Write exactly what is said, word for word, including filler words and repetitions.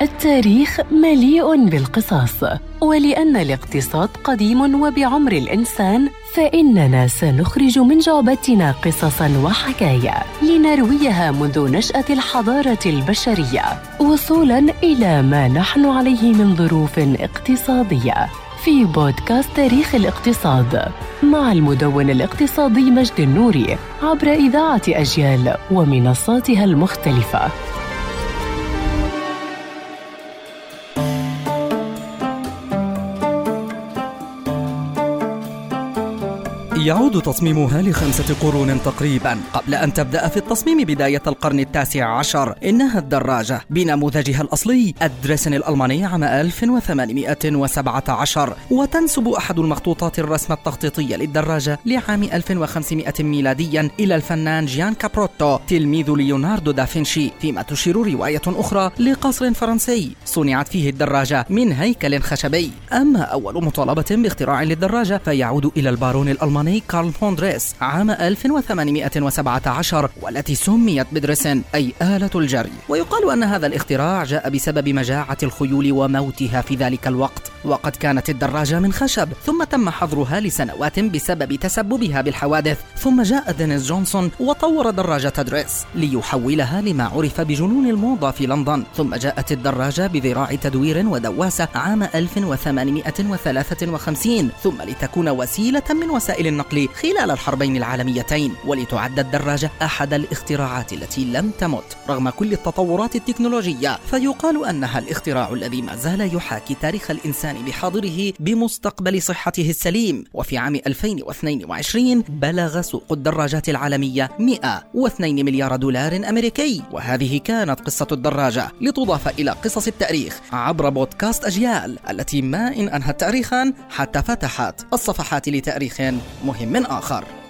التاريخ مليء بالقصص، ولأن الاقتصاد قديم وبعمر الإنسان فإننا سنخرج من جعبتنا قصصاً وحكايا لنرويها منذ نشأة الحضارة البشرية وصولاً إلى ما نحن عليه من ظروف اقتصادية في بودكاست تاريخ الاقتصاد مع المدون الاقتصادي مجد النوري عبر إذاعة أجيال ومنصاتها المختلفة. يعود تصميمها لخمسة قرون تقريبا قبل أن تبدأ في التصميم بداية القرن التاسع عشر. إنها الدراجة بنموذجها الأصلي الدريسن الألماني عام ألف وثمانمائة وسبعة عشر، وتنسب أحد المخطوطات الرسم التخطيطية للدراجة لعام ألف وخمسمائة ميلاديا إلى الفنان جيان كابروتو تلميذ ليوناردو دافنشي، فيما تشير رواية أخرى لقصر فرنسي صنعت فيه الدراجة من هيكل خشبي. أما أول مطالبة باختراع للدراجة فيعود إلى البارون الألماني كارل فون دريس عام ألف وثمانمائة وسبعة عشر، والتي سميت بدريسن أي آلة الجري. ويقال أن هذا الاختراع جاء بسبب مجاعة الخيول وموتها في ذلك الوقت، وقد كانت الدراجة من خشب ثم تم حظرها لسنوات بسبب تسببها بالحوادث. ثم جاء دينيس جونسون وطور دراجة دريس ليحولها لما عرف بجنون الموضة في لندن. ثم جاءت الدراجة بذراع تدوير ودواسة عام ألف وثمانمائة وثلاثة وخمسين، ثم لتكون وسيلة من وسائل النقل خلال الحربين العالميتين، ولتعد الدراجة أحد الاختراعات التي لم تمت رغم كل التطورات التكنولوجية. فيقال أنها الاختراع الذي ما زال يحاكي تاريخ الإنسان بحاضره بمستقبل صحته السليم. وفي عام ألفين واثنين وعشرين بلغ سوق الدراجات العالمية مئة واثنين مليار دولار أمريكي. وهذه كانت قصة الدراجة لتضاف إلى قصص التاريخ عبر بودكاست أجيال، التي ما إن أنهت تاريخا حتى فتحت الصفحات لتاريخ مهم آخر.